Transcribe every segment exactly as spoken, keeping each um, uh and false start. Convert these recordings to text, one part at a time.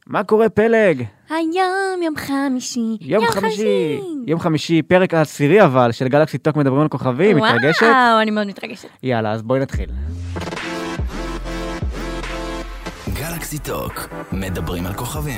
מה קורה פלג? היום יום חמישי. יום חמישי. יום חמישי, פרק העשירי אבל, של גלקסי טוק מדברים על כוכבים, מתרגשת? וואו, אני מאוד מתרגשת. יאללה, אז בואי נתחיל. גלקסי טוק, מדברים על כוכבים.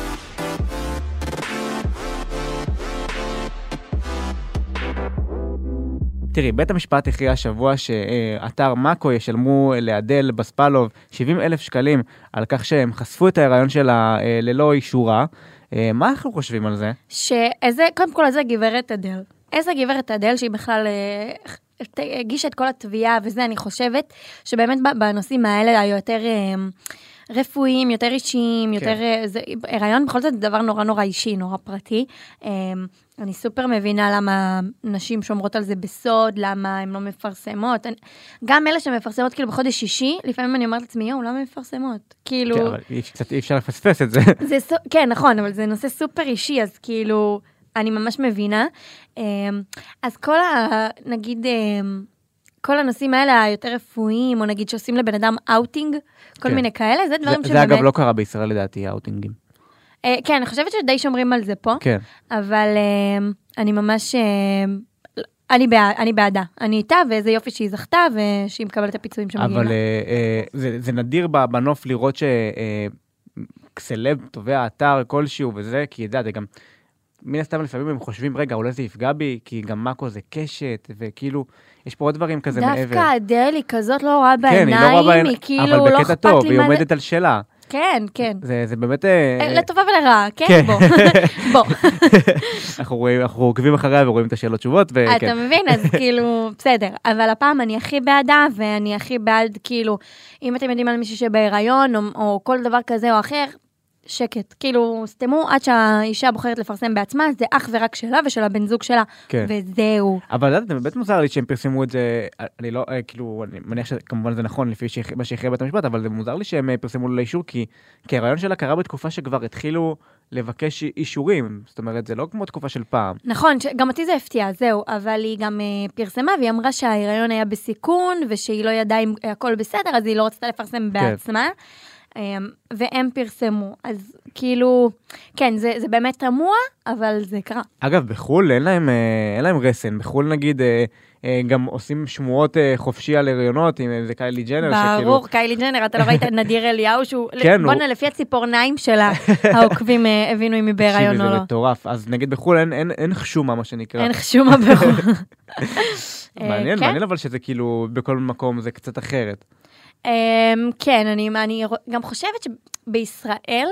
תראי, בית המשפט הכריע השבוע שאתר מאקו ישלמו לאדל בספלוב שבעים אלף שקלים על כך שהם חשפו את ההיריון שלה ללא אישורה. מה אנחנו חושבים על זה? שאיזה, קודם כל, איזה גברת אדל. איזה גברת אדל שהיא בכלל הגישה את כל התביעה וזה, אני חושבת שבאמת בנושאים האלה היו יותר רפואיים, יותר אישיים, יותר... זה, הריון בכל זאת זה דבר נורא נורא אישי, נורא פרטי. אני סופר מבינה למה נשים שומרות על זה בסוד, למה הן לא מפרסמות. אני, גם אלה שמפרסמות כאילו בחודש שישי, לפעמים אני אומרת לעצמי, יום, למה מפרסמות? כאילו... כן, אבל קצת אי אפשר לפספס את זה. זה סו, כן, נכון, אבל זה נושא סופר אישי, אז כאילו, אני ממש מבינה. אז כל ה... נגיד... כל הנושאים האלה היותר רפואיים, או נגיד שעושים לבן אדם אאוטינג, כל כן. מיני כאלה, זה דברים זה, שבאמת... זה אגב לא קרה בישראל לדעתי, האוטינגים. אה, כן, אני חושבת שדי שומרים על זה פה, כן. אבל אה, אני ממש... אה, אני, בעד, אני בעדה. אני איתה, ואיזה יופי שהיא זכתה, ושהיא מקבלת את הפיצויים שמגיעים לה. אבל אה, אה, זה, זה נדיר בנוף לראות שסלב תובע אתר כלשהו וזה, כי ידע, זה גם... מן הסתם לפעמים הם חושבים, רגע, אולי זה יפגע בי, כי גם מאקו זה קשת, וכאילו, יש פה עוד דברים כזה מעבר. דווקא אדל היא כזאת לא רואה בעיניים, כן, היא לא רואה בעיניים, היא כאילו אבל לא בקטע אכפת טוב, לי היא מה... עומדת על שלה. כן, כן. זה, זה באמת... לטובה ולרעה, כן? כן. בוא. בוא. אנחנו רואים, אנחנו עוקבים אחריה ורואים את השאלות תשובות, וכן. אתה מבין? אז כאילו, בסדר. אבל הפעם אני הכי בעדה, ואני הכי בעד, כאילו, אם אתם יודעים על מישהו שבהיריון, או, או כל דבר כזה או אחר, שקט. כאילו, סתמו עד שהאישה בוחרת לפרסם בעצמה, זה אך ורק שלה ושל הבן זוג שלה, כן. וזהו. אבל זה באמת מוזר לי שהם פרסמו את זה, אני לא, כאילו, אני מניח שכמובן זה נכון לפי מה שהכריע בית המשפט, אבל זה מוזר לי שהם פרסמו לאישור, כי, כי הרעיון שלה קרה בתקופה שכבר התחילו לבקש אישורים, זאת אומרת, זה לא כמו תקופה של פעם. נכון, גם אותי זה הפתיע, זהו, אבל היא גם uh, פרסמה, והיא אמרה שההיריון היה בסיכון, ושהיא לא ידעה אם הכל בסדר, אז היא לא רצתה לפרסם בעצמה. והם פרסמו, אז כאילו, כן, זה, זה באמת תמוה, אבל זה קרה. אגב, בחול אין להם, אין להם רסן, בחול נגיד, גם עושים שמועות חופשי על הריונות, אם זה קיילי ג'נר, ברור, שכאילו... קיילי ג'נר, אתה לא ראית נדיר אליהו, שהוא, כן, בונה, הוא... לפי הציפורניים שלה, העוקבים הבינו אם היא בהיריון או לא. זה מטורף, אז נגיד בחול אין, אין, אין חשומה, מה שנקרא. אין חשומה בחול. מעניין, מעניין אבל שזה כאילו, בכל מקום זה קצת אחרת. כן, אני, אני גם חושבת שבישראל,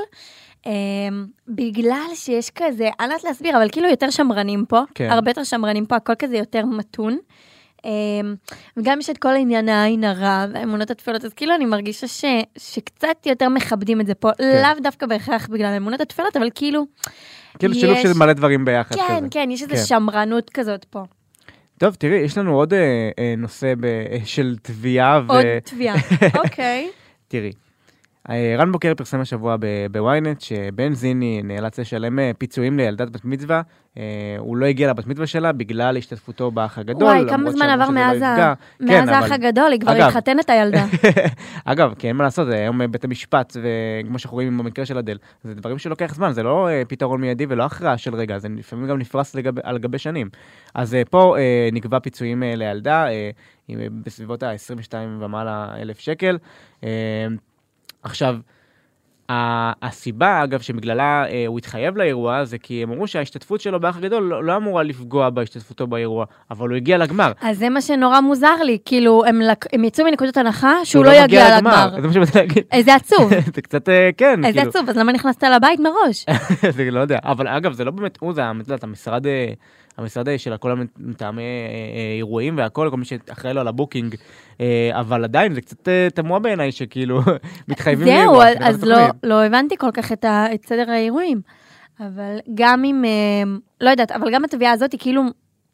בגלל שיש כזה, אני לא יודעת להסביר, אבל כאילו יותר שמרנים פה, הרבה יותר שמרנים פה, הכל כזה יותר מתון, וגם יש את כל העניין העין הרע, האמונות התפלות, אז כאילו אני מרגישה ש, שקצת יותר מכבדים את זה פה, לאו דווקא בהכרח בגלל האמונות התפלות, אבל כאילו... כאילו שילוב של מלא דברים ביחד כזה. כן, כן, יש איזו שמרנות כזאת פה. טוב, תראי, יש לנו עוד אה, אה, נושא ב, אה, של תביעה. ו... עוד תביעה, אוקיי. תראי, אה, רן בוקר פרסם השבוע בוויינט, שבן זיני נאלץ לשלם פיצויים לילדת בת מצווה, אה, הוא לא הגיע לבת מצווה שלה בגלל השתתפותו באח הגדול. וואי, כמה זמן עבר מאז, ה... מאז כן, האח אבל... הגדול, היא כבר התחתן את הילדה. אגב, כי אין מה לעשות, זה היום בית המשפט, וכמו שאנחנו רואים במקרה של אדל, זה דברים שלוקח זמן, זה לא אה, פתרון מיידי ולא הכרעה של רגע, זה לפעמים גם נפרס לגב... על גבי שנים. אז אה, פה אה, נקבע פיצויים אה, לילדה, אה, בסביבות ה-עשרים ושתיים ומעלה אלף שקל. אה, עכשיו, הסיבה, אגב, שבגללה אה, הוא התחייב לאירוע, זה כי הם אמרו שההשתתפות שלו באח הגדול לא, לא אמורה לפגוע בהשתתפותו באירוע, אבל הוא הגיע לגמר. אז זה מה שנורא מוזר לי, כאילו, הם, הם יצאו מנקודת הנחה שהוא לא יגיע לגמר. זה מה שבאתי להגיד. איזה עצוב. זה קצת, כן. איזה עצוב, אז למה נכנסת לבית מראש? זה לא יודע, אבל אגב, זה לא באמת, הוא זה, המשרד... המשרד של כל המטעמי אירועים והכל, כל מי שאחראי לו על הבוקינג, אבל עדיין זה קצת תמוה בעיניי שכאילו מתחייבים לאירוע. זהו, אז לא הבנתי כל כך את סדר האירועים, אבל גם אם, לא יודעת, אבל גם התביעה הזאת היא כאילו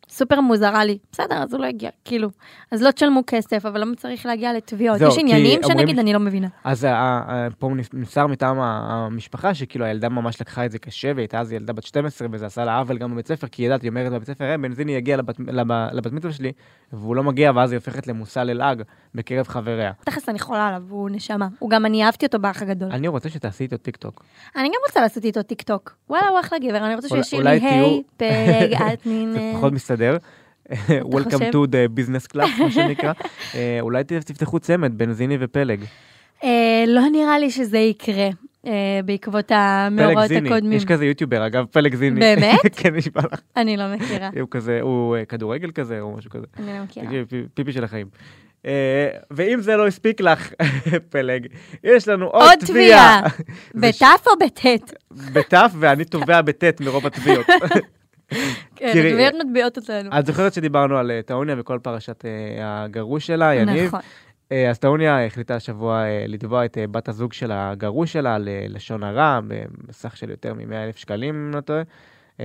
סופר מוזרה לי. בסדר, אז הוא לא הגיע, כאילו. אז לא תשלמו כסף, אבל למה צריך להגיע לתביעות? זהו, יש כי עניינים אומרים- שנגיד, אני לא מבינה. אז ה- ה- פה נמסר מטעם ה- המשפחה, שכאילו הילדה ממש לקחה את זה קשה, והייתה אז ילדה בת שתים עשרה, וזה עשה לה עוול גם בבית ספר, כי ידעת, היא אומרת בבית ספר, "אה, בנזיני יגיע לבת- לב- לבת מצווה שלי, והוא לא מגיע, ואז היא הופכת למושא ללעג בקרב חבריה. תכף אני חולה עליו, הוא נשמה. הוא גם, אני אהבתי אותו באח הגדול. אני רוצה שתעשי איתו טיק טוק. אני גם רוצה לעשות איתו טיק טוק. וואלה, הוא אחלה גבר, אני רוצה אולי- שישאיר אולי לי, היי, תהיו- פלג, את מין... זה אה, פחות מסתדר. Welcome חושב? to the business class, מה שנקרא. אה, אולי ת- תפתחו צמד, בנזיני ופלג. אה, לא נראה לי שזה יקרה, אה, בעקבות פלג המאורעות זיני. הקודמים. יש כזה יוטיובר, אגב, פלג זיני. באמת? כן, נשבע לך. אני לא מכירה. הוא כזה, הוא אה, כדורגל כזה, או משהו כזה. אני לא מכירה. תגידי, פי- פיפי של החיים. אה, ואם זה לא הספיק לך, פלג, יש לנו עוד עוד תביעה. תביעה. בתף או בטט? בתף, ואני תובע בטט מרוב התביעות. כן, תראי, התביעות מטביעות אותנו. את זוכרת שדיברנו על אה, טעוניה וכל פרשת אה, הגרוש שלה, יניב? נכון. אה, אז טעוניה החליטה השבוע אה, לתבוע את אה, בת הזוג של הגרוש שלה ללשון הרע, בסך של יותר מ-מאה אלף שקלים, אם לא טועה. אה,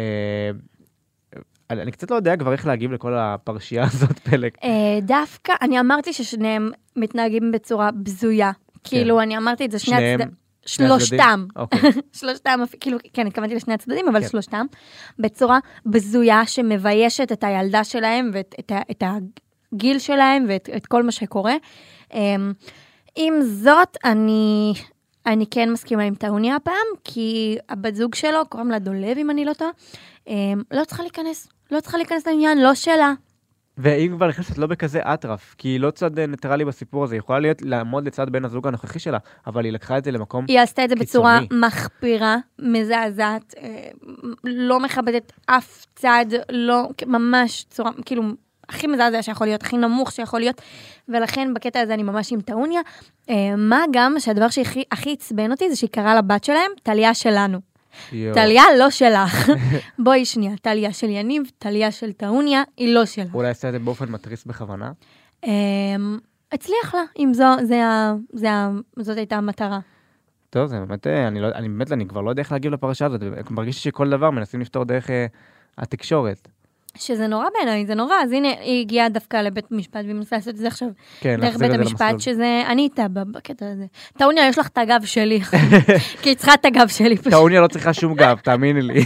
אני אני קצת לא יודע כבר איך להגיב לכל הפרשייה הזאת, פלג. אה, דווקא, אני אמרתי ששניהם מתנהגים בצורה בזויה. כאילו, אני אמרתי את זה שני שניהם? הצדדים. שני הצדדים? שלושתם. אוקיי. שלושתם, כאילו, כן, התכוונתי לשני הצדדים, אבל כן. שלושתם, בצורה בזויה שמביישת את הילדה שלהם ואת את, ה- את הגיל שלהם ואת את כל מה שקורה. אמ, עם זאת, אני, אני כן מסכימה עם טעוניה הפעם, כי הבת זוג שלו, קוראים לה דולב, אם אני לא טועה, אמ, לא צריכה להיכנס, לא צריכה להיכנס לעניין, לא שלה. והיא כבר נכנסת לא בכזה אטרף, כי היא לא צד אה, ניטרלי בסיפור הזה, היא יכולה להיות, לעמוד לצד בן הזוג הנוכחי שלה, אבל היא לקחה את זה למקום היא עשתה את זה בצורה קיצוני. מחפירה, מזעזעת, אה, לא מכבדת אף צד, לא, ממש צורה, כאילו, הכי מזעזע שיכול להיות, הכי נמוך שיכול להיות, ולכן בקטע הזה אני ממש עם טעוניה. אה, מה גם שהדבר שהכי הכי עצבן אותי זה שהיא קראה לבת שלהם, טליה שלנו. יואו. טליה לא שלך. בואי שנייה, טליה של יניב, טליה של טעוניה, היא לא שלך. אולי עשה את זה באופן מתריס בכוונה? אה, הצליח לה, אם זו, זה ה, זה ה, זאת הייתה המטרה. טוב, זה באמת, אה, אני, לא, אני באמת, אני כבר לא יודע איך להגיב לפרשה הזאת, מרגיש שכל דבר מנסים לפתור דרך אה, התקשורת. שזה נורא בעיניי, זה נורא, אז הנה, היא הגיעה דווקא לבית המשפט, והיא מנסה לעשות את זה עכשיו כן, דרך להחזיר בית את זה המשפט, למסלול. שזה, אני איתה בקטע הזה. טעוניה, יש לך את הגב שלי, כי היא צריכה את הגב שלי פשוט. טעוניה לא צריכה שום גב, תאמיני לי.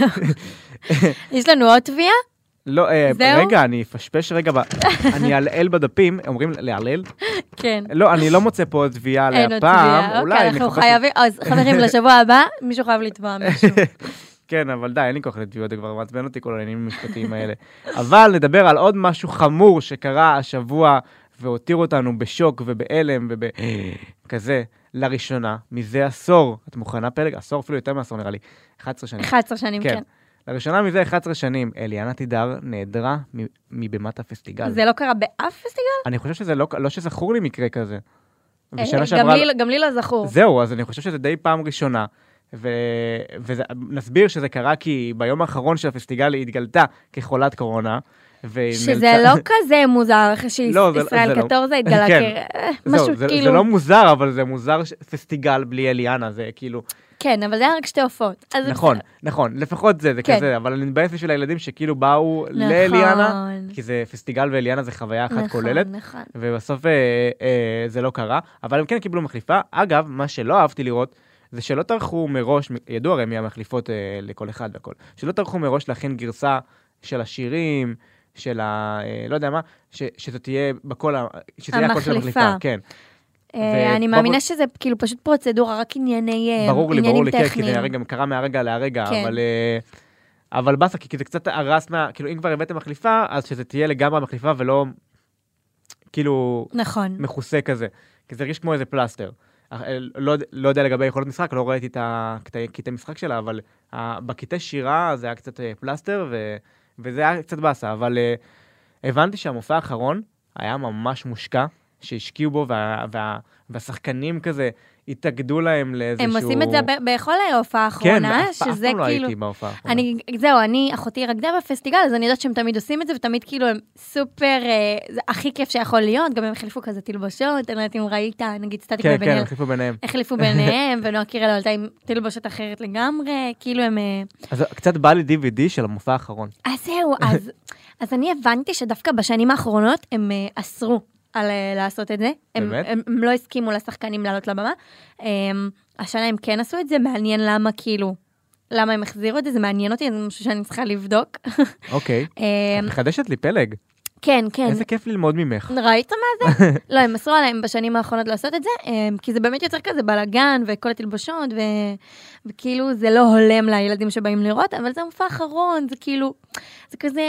יש לנו עוד תביעה? לא, אה, זהו? רגע, אני אפשפש רגע, ב- אני אעלל בדפים, אומרים לעלל? כן. לא, אני לא מוצא פה תביעה אין עוד להפעם, תביעה, אולי אוקיי, אני אנחנו אחפש- חייבים, אז חברים, לשבוע הבא, מישהו חייב לתבוע מישהו. כן, אבל די, אין לי כוח לתביעות, זה כבר מעצבן אותי כל העניינים המשפטיים האלה. אבל נדבר על עוד משהו חמור שקרה השבוע, והותיר אותנו בשוק ובהלם ובכזה, לראשונה, מזה עשור. את מוכנה פלג? עשור אפילו יותר מעשור נראה לי. אחת עשרה שנים. אחת עשרה שנים, כן. לראשונה מזה אחת עשרה שנים, אליאנה תידר נעדרה מ- מבמת הפסטיגל. זה לא קרה באף פסטיגל? אני חושב שזה לא, לא שזכור לי מקרה כזה. אה, ושנה גם שעברה... לי- גם לי לא זכור. זהו, אז אני חושב שזה די פעם ראשונה. ו... ונסביר שזה קרה כי ביום האחרון של הפסטיגל היא התגלתה כחולת קורונה. והיא שזה נאלצה- לא כזה מוזר, אחרי לא, זה- שישראל זה לא. קטורזה התגלה כן. כמשהו זהו, זה, כאילו... זה לא מוזר, אבל זה מוזר ש... פסטיגל בלי אליאנה, זה כאילו... כן, אבל זה היה רק שתי הופעות. אז זה נכון, בסדר. נכון, לפחות זה, זה כן. כזה, אבל אני מתבאס בשביל הילדים שכאילו באו נכון. לאליאנה, כי זה פסטיגל ואליאנה זה חוויה אחת נכון, כוללת, נכון. ובסוף אה, אה, זה לא קרה, אבל הם כן קיבלו מחליפה. אגב, מה שלא אהבתי לראות, זה שלא טרחו מראש, ידעו הרי מי המחליפות אה, לכל אחד והכל, שלא טרחו מראש להכין גרסה של השירים, של ה... אה, לא יודע מה, ש, שזה תהיה בקול, ה- שזה יהיה הקול של המחליפה. המחליפה, כן. אה, אני ובוא- מאמינה שזה כאילו פשוט פרוצדורה, רק ענייני אה, ברור לי, עניינים ברור לי, כן, כי טכניים. זה הרגע, קרה מהרגע להרגע, כן. אבל... אה, אבל בסה, כי זה קצת הרס מה... כאילו, אם כבר הבאתם מחליפה, אז שזה תהיה לגמרי מחליפה ולא... כאילו... נכון. מכוסה כזה. כי זה הרגיש כמו איזה פלסטר. אה, לא, לא יודע לגבי יכולות משחק, לא ראיתי את הקטעי קטעי משחק שלה, אבל אה, בקטעי שירה זה היה קצת אה, פלסטר, ו, וזה היה קצת בסה, אבל אה, הבנתי שהמופע האחרון היה ממש מושקע, שהשקיעו בו, וה, וה, והשחקנים כזה התאגדו להם לאיזשהו... הם עושים את זה ב- בכל ההופעה כן, האחרונה, אף אף שזה פעם לא כאילו... הייתי בהופעה האחרונה. אני, זהו, אני, אחותי רקדה בפסטיגל, אז אני יודעת שהם תמיד עושים את זה, ותמיד כאילו הם סופר, אה, זה הכי כיף שיכול להיות, גם הם החליפו כזה תלבושות, אני לא יודעת אם ראית, נגיד סטטיק כן, כן, ובן-אל, החליפו ביניהם. החליפו ביניהם, ונועה קירל עלתה עם תלבושת אחרת לגמרי, כאילו הם... אה, אז קצת בא לי די וי די של המופע האחרון. אז זהו, אז אז אני הבנתי שדווקא בשנים האחרונות הם אה, אסרו על אה, לעשות את זה. הם, באמת? הם, הם לא הסכימו לשחקנים לעלות לבמה. אה, השנה הם כן עשו את זה, מעניין למה כאילו, למה הם החזירו את זה, זה מעניין אותי, זה משהו שאני צריכה לבדוק. אוקיי. אה, את מחדשת לי פלג. כן, כן. איזה כיף ללמוד ממך. ראית מה זה? לא, הם אסרו עליהם בשנים האחרונות לעשות את זה, כי זה באמת יוצר כזה בלגן וכל התלבושות, ו... וכאילו זה לא הולם לילדים שבאים לראות, אבל זה המופע האחרון, זה כאילו, זה כזה,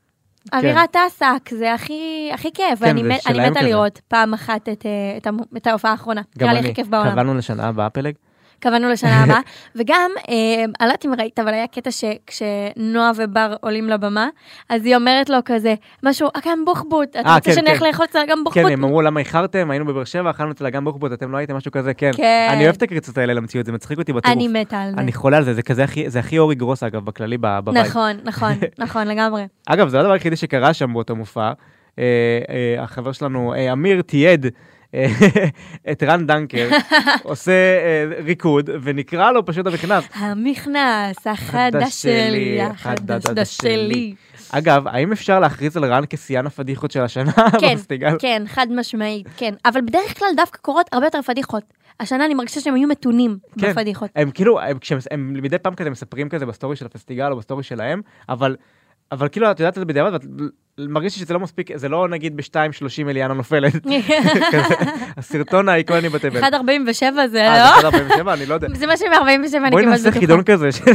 אווירת העסק, זה הכי, הכי כיף, כן, ואני זה מת, שלהם אני מתה כזה. לראות פעם אחת את, את, המ- את ההופעה האחרונה. גם נראה לי אני. הכי כיף בעולם. קבענו לשנה הבאה פלג? קבענו לשנה הבאה, וגם, אה, אני לא יודעת אם ראית, אבל היה קטע שכשנועה ובר עולים לבמה, אז היא אומרת לו כזה, משהו, אגם בוחבוט, אתה אה, רוצה כן, שנלך כן. לאכול אצל אגם בוחבוט? כן, הם אמרו למה איחרתם, היינו בבאר שבע, אכלנו אצל אגם בוחבוט, אתם לא הייתם משהו כזה, כן. כן. אני אוהב את הקריצות האלה למציאות, זה מצחיק אותי בטירוף. אני מתה על זה. אני חולה על זה, זה כזה הכי, זה הכי אורי גרוס אגב, בכללי ב- בבית. נכון, נכון, נכון, לגמרי. אגב, זה לא הדבר היחידי שקרה שם באותו מופע. אה, אה, החבר שלנו, אה, אמיר תיעד אה, את רן דנקר, עושה אה, ריקוד, ונקרא לו פשוט המכנס. המכנס החדש שלי, החדש שלי. אגב, האם אפשר להכריז על רן כשיאן הפדיחות של השנה כן, בפסטיגל? כן, חד משמעית, כן. אבל בדרך כלל דווקא קורות הרבה יותר פדיחות. השנה אני מרגישה שהם היו מתונים כן. בפדיחות. הם כאילו, הם, כשהם, הם מדי פעם כזה מספרים כזה בסטורי של הפסטיגל או בסטורי שלהם, אבל, אבל כאילו, את יודעת את זה בדיעבד, ואת מרגיש שזה לא מספיק, זה לא נגיד ב-שתיים שלושים אליאנה נופלת. כזה, הסרטון האיקוני בתבל. אחד ארבעים ושבע זה אה, לא? זה אחד ארבעים ושבע, אני לא יודע. זה משהו מ-ארבעים ושבע אני בואי כמעט נעשה בטוחה. חידון כזה של-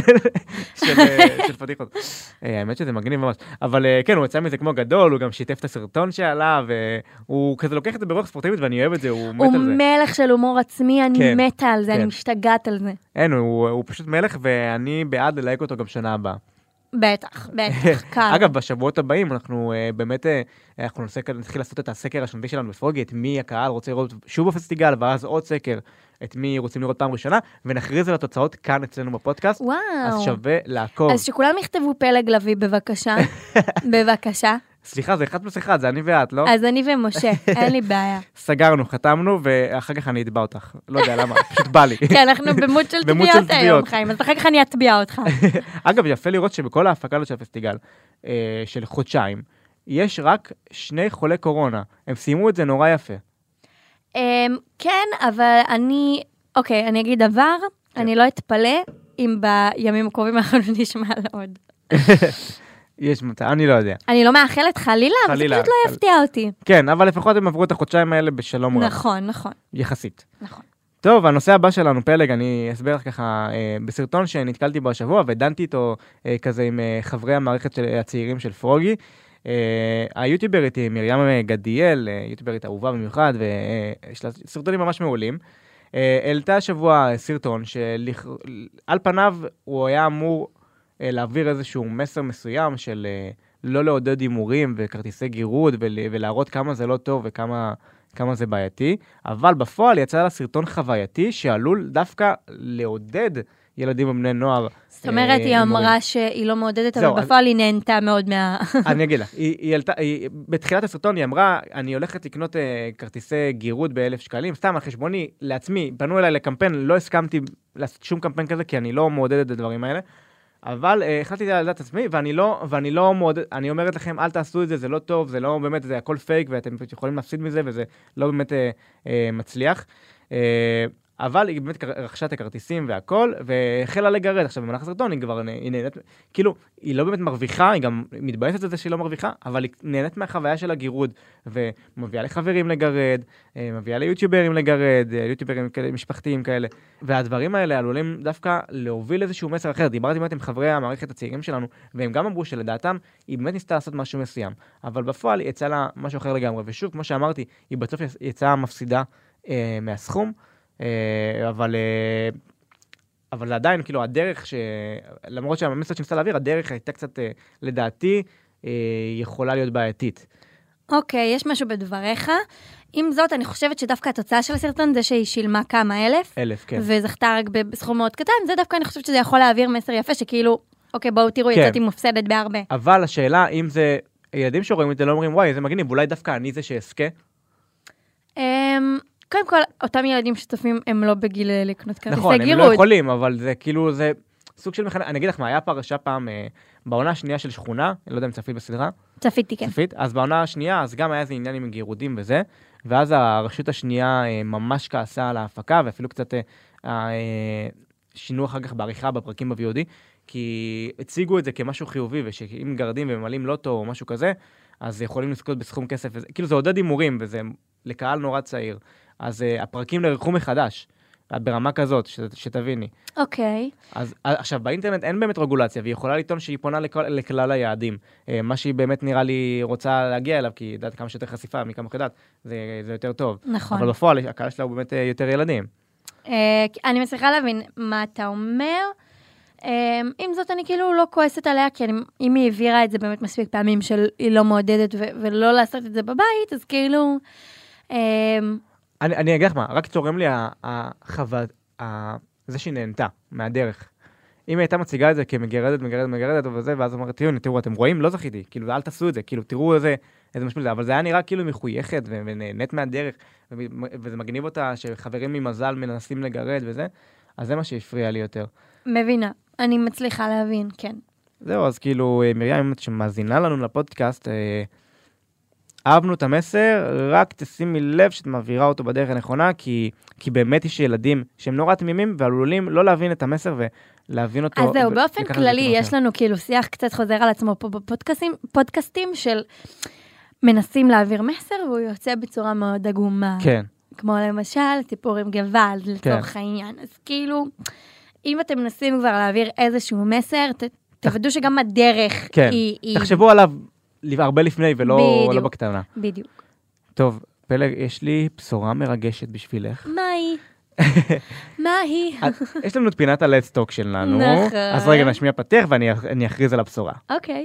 של של פדיחות. אה, האמת שזה מגניב ממש. אבל אה, כן, הוא יצא מזה כמו גדול, הוא גם שיתף את הסרטון שעלה, והוא כזה לוקח את זה ברוח ספורטיבית, ואני אוהב את זה, הוא מת הוא על זה. מלך של הומור עצמי, אני כן, מתה על זה, אני כן. משתגעת על זה. אין, הוא הוא פשוט מלך, ואני בעד ללהק אותו גם שנה הבאה. בטח, בטח, קר. אגב, בשבועות הבאים אנחנו uh, באמת, uh, אנחנו נעשה, נתחיל לעשות את הסקר השנתי שלנו בפרוגי, את מי הקהל רוצה לראות שוב בפסטיגל, ואז עוד סקר, את מי רוצים לראות פעם ראשונה, ונכריז על התוצאות כאן אצלנו בפודקאסט, וואו. אז שווה לעקוב. אז שכולם יכתבו פלג לוי, בבקשה. בבקשה. סליחה, זה אחד פלוס אחד, זה אני ואת, לא? אז אני ומשה, אין לי בעיה. סגרנו, חתמנו, ואחר כך אני אתבע אותך. לא יודע למה, פשוט בא לי. כן, אנחנו במות של במות של תביעות היום, תביעות. חיים, אז אחר כך אני אטביע אותך. אגב, יפה לראות שבכל ההפקה הזאת של הפסטיגל, אה, של חודשיים, יש רק שני חולי קורונה. הם סיימו את זה נורא יפה. אמ, כן, אבל אני, אוקיי, אני אגיד דבר, אני לא אתפלא אם בימים הקרובים אנחנו נשמע על עוד. יש מצב, אני לא יודע. אני לא מאחלת חלילה, אבל זה חלילה, פשוט לא חל- יפתיע אותי. כן, אבל לפחות הם עברו את החודשיים האלה בשלום רב. נכון, נכון, יחסית. נכון. טוב, הנושא הבא שלנו, פלג, אני אסביר לך ככה, אה, בסרטון שנתקלתי בו השבוע, ודנתי איתו אה, כזה עם אה, חברי המערכת של, הצעירים של פרוגי. אה, היוטיוברית היא מרים גדיאל, אה, יוטיוברית אהובה במיוחד, ויש לה סרטונים ממש מעולים. אה, העלתה השבוע סרטון שעל פניו הוא היה אמור אה, להעביר איזשהו מסר מסוים של אה, לא לעודד הימורים וכרטיסי גירוד, ול, ולהראות כמה זה לא טוב וכמה... כמה זה בעייתי, אבל בפועל יצא לה סרטון חווייתי שעלול דווקא לעודד ילדים ובני נוער. זאת אומרת, אה, היא הימורים. אמרה שהיא לא מעודדת, זהו, אבל אז- בפועל היא נהנתה מאוד מה... אני אגיד לך, היא, היא עלתה, היא, בתחילת הסרטון היא אמרה, אני הולכת לקנות אה, כרטיסי גירוד באלף שקלים, סתם על חשבוני, לעצמי, פנו אליי לקמפיין, לא הסכמתי לעשות שום קמפיין כזה, כי אני לא מעודד את הדברים האלה, אבל אה, החלטתי על דעת עצמי, ואני לא, ואני לא מעודד, אני אומרת לכם, אל תעשו את זה, זה לא טוב, זה לא באמת, זה הכל פייק, ואתם יכולים להפסיד מזה, וזה לא באמת אה, אה, מצליח. אה, אבל היא באמת רכשה את הכרטיסים והכל, והחלה לגרד. עכשיו, במהלך הסרטון היא כבר היא נהנית, כאילו, היא לא באמת מרוויחה, היא גם מתבאסת על זה שהיא לא מרוויחה, אבל היא נהנית מהחוויה של הגירוד, ומביאה לחברים לגרד, מביאה ליוטיוברים לגרד, יוטיוברים כאלה, משפחתיים כאלה, והדברים האלה עלולים דווקא להוביל איזשהו מסר אחר. דיברתי באמת עם חברי המערכת הצעירים שלנו, והם גם אמרו שלדעתם, היא באמת ניסתה לעשות משהו מסוים, אבל בפועל היא יצאה לה משהו אחר לגמרי, ושוב, כמו שאמרתי, היא בסוף יצאה מפסידה אה, מהסכום, אבל, אבל זה עדיין, כאילו, הדרך ש... למרות שהמסר שניסה להעביר, הדרך הייתה קצת, לדעתי, יכולה להיות בעייתית. אוקיי, יש משהו בדבריך. עם זאת, אני חושבת שדווקא התוצאה של הסרטון זה שהיא שילמה כמה אלף. אלף, כן. וזכתה רק בסכום מאוד קטן, זה דווקא אני חושבת שזה יכול להעביר מסר יפה, שכאילו, אוקיי, בואו תראו, כן. יצאתי מופסדת בהרבה. אבל השאלה, אם זה, ילדים שרואים את זה לא אומרים, וואי, זה מגניב, אולי דווקא אני זה שאזכה? אמ, קודם כל, אותם ילדים שצופים הם לא בגיל לקנות כרטיסי נכון, גירוד. הם לא יכולים, אבל זה כאילו, זה... סוג של מחנך, אני אגיד לך מה, היה פרשה פעם, בעונה השנייה של שכונה, אני לא יודע אם צפית בסדרה. צפיתי, כן. צפית, אז בעונה השנייה, אז גם היה איזה עניין עם גירודים וזה, ואז הרשות השנייה ממש כעסה על ההפקה, ואפילו קצת שינו אחר כך בעריכה בפרקים ב-וי או די, כי הציגו את זה כמשהו חיובי, ושאם גרדים וממלאים לוטו או משהו כזה, אז יכולים לזכות בסכום כסף, וזה, כאילו זה עודד הימורים, וזה לקהל נורא צעיר. אז uh, הפרקים נערכו מחדש, ברמה כזאת, ש, שתביני. אוקיי. Okay. אז עכשיו, באינטרנט אין באמת רגולציה, והיא יכולה לטעון שהיא פונה לכל, לכלל היעדים. Uh, מה שהיא באמת נראה לי רוצה להגיע אליו, כי יודעת כמה שיותר חשיפה, מכמה חדעת, זה, זה יותר טוב. נכון. אבל בפועל, הקהל שלה הוא באמת uh, יותר ילדים. Uh, אני מצליחה להבין מה אתה אומר, עם זאת, אני כאילו לא כועסת עליה, כי אם היא העבירה את זה באמת מספיק פעמים שהיא לא מעודדת ולא לעשות את זה בבית, אז כאילו... אני אגיד לך מה, רק צורם לי זה שהיא נהנתה מהדרך. אם היא הייתה מציגה את זה כמגרדת, מגרדת, מגרדת, וזה, ואז אמרת, תראו, אתם רואים? לא זכיתי, כאילו, אל תעשו את זה, כאילו, תראו איזה משפיל זה, אבל זה היה נראה כאילו מחויכת ונהנית מהדרך, וזה מגניב אותה שחברים ממזל מנסים לגרד וזה, אז זה מה שהפריע לי יותר. מבינה, אני מצליחה להבין, כן. זהו, אז כאילו, מרים, שמאזינה לנו לפודקאסט, אהבנו את המסר, רק תשימי לב שאת מעבירה אותו בדרך הנכונה, כי, כי באמת יש ילדים שהם נורא תמימים, ועלולים לא להבין את המסר ולהבין אותו. אז זהו, באופן כללי, יש לנו כאילו שיח קצת חוזר על עצמו פה בפודקאסטים, פודקאסטים של מנסים להעביר מסר, והוא יוצא בצורה מאוד עגומה. כן. כמו למשל, סיפור עם גוואלד, לצורך העניין. אז כאילו, אם אתם מנסים כבר להעביר איזשהו מסר, תוודאו שגם הדרך היא... תחשבו עליו הרבה לפני ולא בקטנה. בדיוק. טוב, פלג, יש לי בשורה מרגשת בשבילך. מה היא? מה היא? יש לנו את פינת ה-Let's Talk שלנו. נכון. אז רגע, נשמיע פתח ואני אכריז על הבשורה. אוקיי.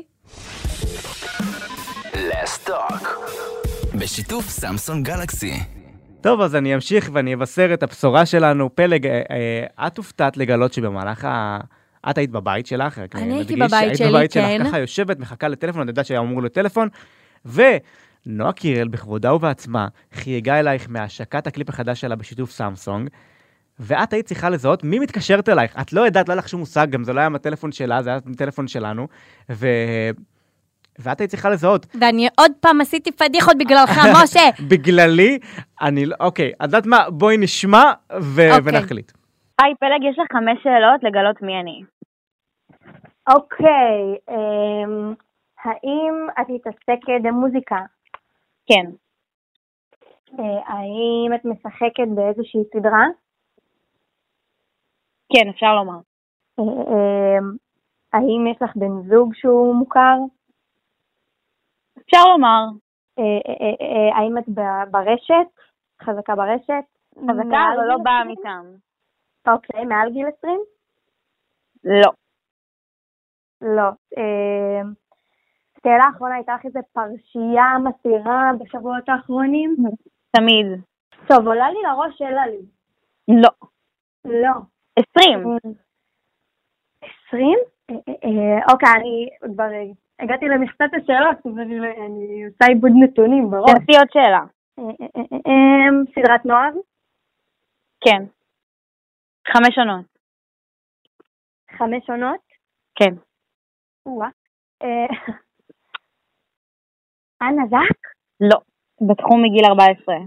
Let's Talk. בשיתוף סמסונג גלקסי. טוב, אז אני אמשיך ואני אבשר את הבשורה שלנו. פלג, את הופתעת לגלות שבמהלך ה... את היית בבית שלך. אני הייתי בבית שלי, כן. ככה יושבת, מחכה לטלפון, אני יודעת שהיה אמור לטלפון, ונועה קירל, בכבודה ובעצמה, חייגה אלייך מהשקת הקליפ החדש שלה בשיתוף סמסונג, ואת היית צריכה לזהות מי מתקשרת אלייך. את לא ידעת, לא היה לך שום מושג, גם זה לא היה מהטלפון שלה, זה היה מהטלפון שלנו, ו... ואת היית צריכה לזהות. ואני עוד פעם עשיתי פדיחות בגללך, משה. בגללי, אני לא... אוקיי, אז יודעת מה? בואי נשמע ו... אוקיי. ונחליט. היי, פלג, יש לך חמש שאלות לגלות מי אני. אוקיי, אמ, האם את מתעסקת במוזיקה? כן. אה, האם את משחקת באיזושהי סדרה? כן, אפשר לומר. אה, אה, האם יש לך בן זוג שהוא מוכר? אפשר לומר. אה, אה, אה, האם את ב- ברשת? חזקה ברשת? חזקה, אבל לא באה מכאן. אוקיי, מעל גיל עשרים? לא. לא. אה, שאלה האחרונה, הייתה לך איזו פרשייה מסעירה בשבועות האחרונים? תמיד. טוב, עולה לי לראש שאלה לי. לא. לא. עשרים. עשרים? אוקיי, אני כבר הגעתי למכסת השאלות, אז אני עושה עיבוד נתונים בראש. תנסי עוד שאלה. סדרת נוער? כן. חמש עונות. חמש עונות? כן. וואה. אנה זק? לא. בתחום מגיל ארבע עשרה.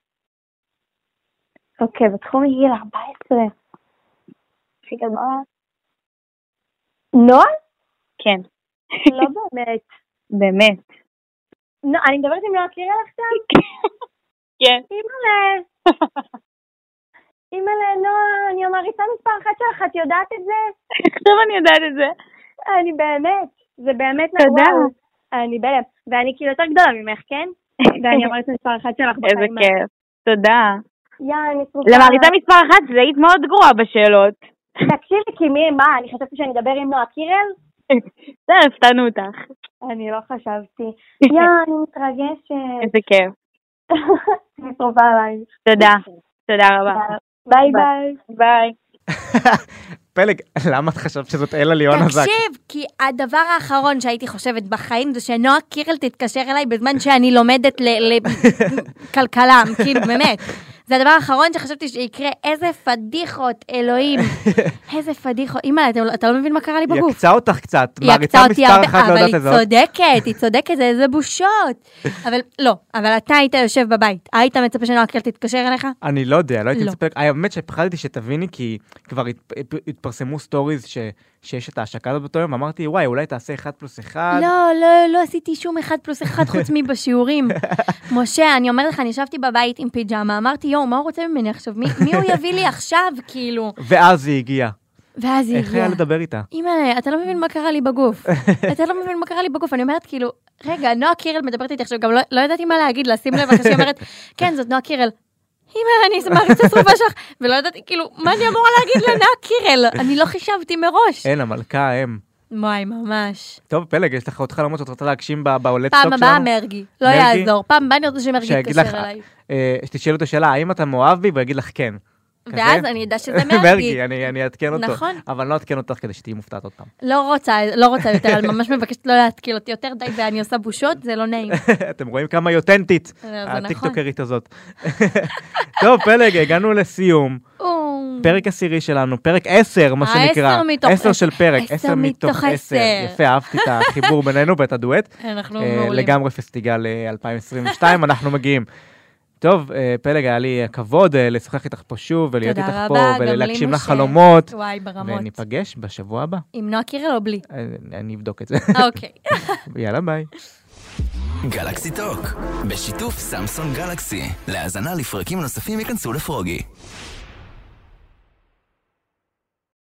אוקיי, בתחום מגיל ארבע עשרה. חיכה דמעות? נועה? כן. לא באמת. באמת. לא, אני מדברת עם נועה קירל עכשיו? כן. אימא'לה. אימא'לה, נועה, אני המעריצה מספר אחת שלך, את יודעת את זה? עכשיו אני יודעת את זה. אני באמת, זה באמת תודה. אני בלב, ואני כאילו יותר גדולה ממך, כן? ואני המעריצה מספר אחת שלך בחיים. איזה כיף. תודה. יא, אני סרופה. למעריצה מספר אחת, זה היית מאוד גרועה בשאלות. תקשיבי, כי מי, מה, אני חשבתי שאני אדבר עם נועה קירל? זה, הפתענו אותך. אני לא חשבתי. יא, אני מתרגשת. איזה כיף. אני סרופה עליי. תודה. תודה רבה. ביי ביי. ביי. פלג, למה את חשבת שזאת אלה ליאון הזק? תקשיב, כי הדבר האחרון שהייתי חושבת בחיים זה שנועה קירל תתקשר אליי בזמן שאני לומדת לכלכלה, כאילו באמת. זה הדבר האחרון שחשבתי שיקרה, איזה פדיחות, אלוהים. איזה פדיחות. אמא, אתה לא מבין מה קרה לי בגוף. היא יקצה אותך קצת, היא מעריצה יקצה אותי מספר הרבה, אחת לא אבל יודעת היא הזאת. צודקת, היא צודקת, זה איזה בושות. אבל לא, אבל אתה היית יושב בבית, היית מצפה שנועה קירל תתקשר אליך? אני לא יודע, לא הייתי לא. מצפה, האמת שפחדתי שתביני, כי כבר הת- התפרסמו סטוריז ש- שיש את ההשקה הזאת באותו יום, אמרתי, וואי, אולי תעשה אחד פלוס אחד. לא, לא, לא עשיתי שום אחד פלוס אחד חוץ מבשיעורים. משה, אני אומרת לך, אני ישבתי בבית עם פיג'מה, אמרתי, יואו, מה הוא רוצה ממני עכשיו? מי, מי הוא יביא לי עכשיו, כאילו? ואז היא הגיעה. ואז היא איך הגיעה. היה לדבר איתה? אמא, אתה לא מבין מה קרה לי בגוף. אתה לא מבין מה קרה לי בגוף. אני אומרת, כאילו, רגע, נועה קירל מדברת איתי עכשיו, גם לא, לא ידעתי מה להגיד, לשים לב, אחרי שהיא אומרת, כן, זאת נועה קירל. אמא, אני מעריצה שרופה שלך, ולא ידעתי, כאילו, מה אני אמורה להגיד לנועה קירל? אני לא חישבתי מראש. אין, המלכה, הם. וואי, ממש. טוב, פלג, יש לך עוד חלומות שאת רוצה להגשים בהולד פעם סטוק הבאה שלנו? מרגי, לא מרגי? יעזור. פעם הבאה אני רוצה שמרגי שיגיד יתקשר לך, אליי. אה, שתשאל אותו שאלה, האם אתה מאוהב בי? והוא יגיד לך כן. ואז כזה? אני אדע שזה מרגי. מרגי, אני אני אעדכן אותו. נכון. אבל לא אעדכן אותך כדי שתהיי מופתעת עוד פעם. לא רוצה, לא רוצה יותר, אני ממש מבקשת לא להתקיל אותי יותר די, ואני עושה בושות, זה לא נעים. אתם רואים כמה היא אותנטית, זה נכון. הטיקטוקרית הזאת. טוב, פלג, הגענו לסיום. פרק עשירי שלנו, פרק עשר, מה שנקרא. העשר מתוך עשר עשר. של פרק, עשר עשר מתוך מתוך עשר. עשר. יפה, אהבתי את החיבור בינינו ואת הדואט. אנחנו אה, מעולים. לגמרי פסטיגל אה, אלפיים עשרים ושתיים, אנחנו מגיעים. טוב, אה, פלג, היה לי כבוד אה, לשוחח איתך פה שוב, ולהיות תודה איתך רבה, פה, גם לי, ולהגשים לך משה. חלומות. וואי, ברמות. וניפגש בשבוע הבא. עם נועה קירל או בלי? אה, אני אבדוק את זה. אוקיי. יאללה, ביי. גלקסי טוק, בשיתוף סמסון גלקסי. להאזנה לפרקים נוספים ייכנסו לפרוגי.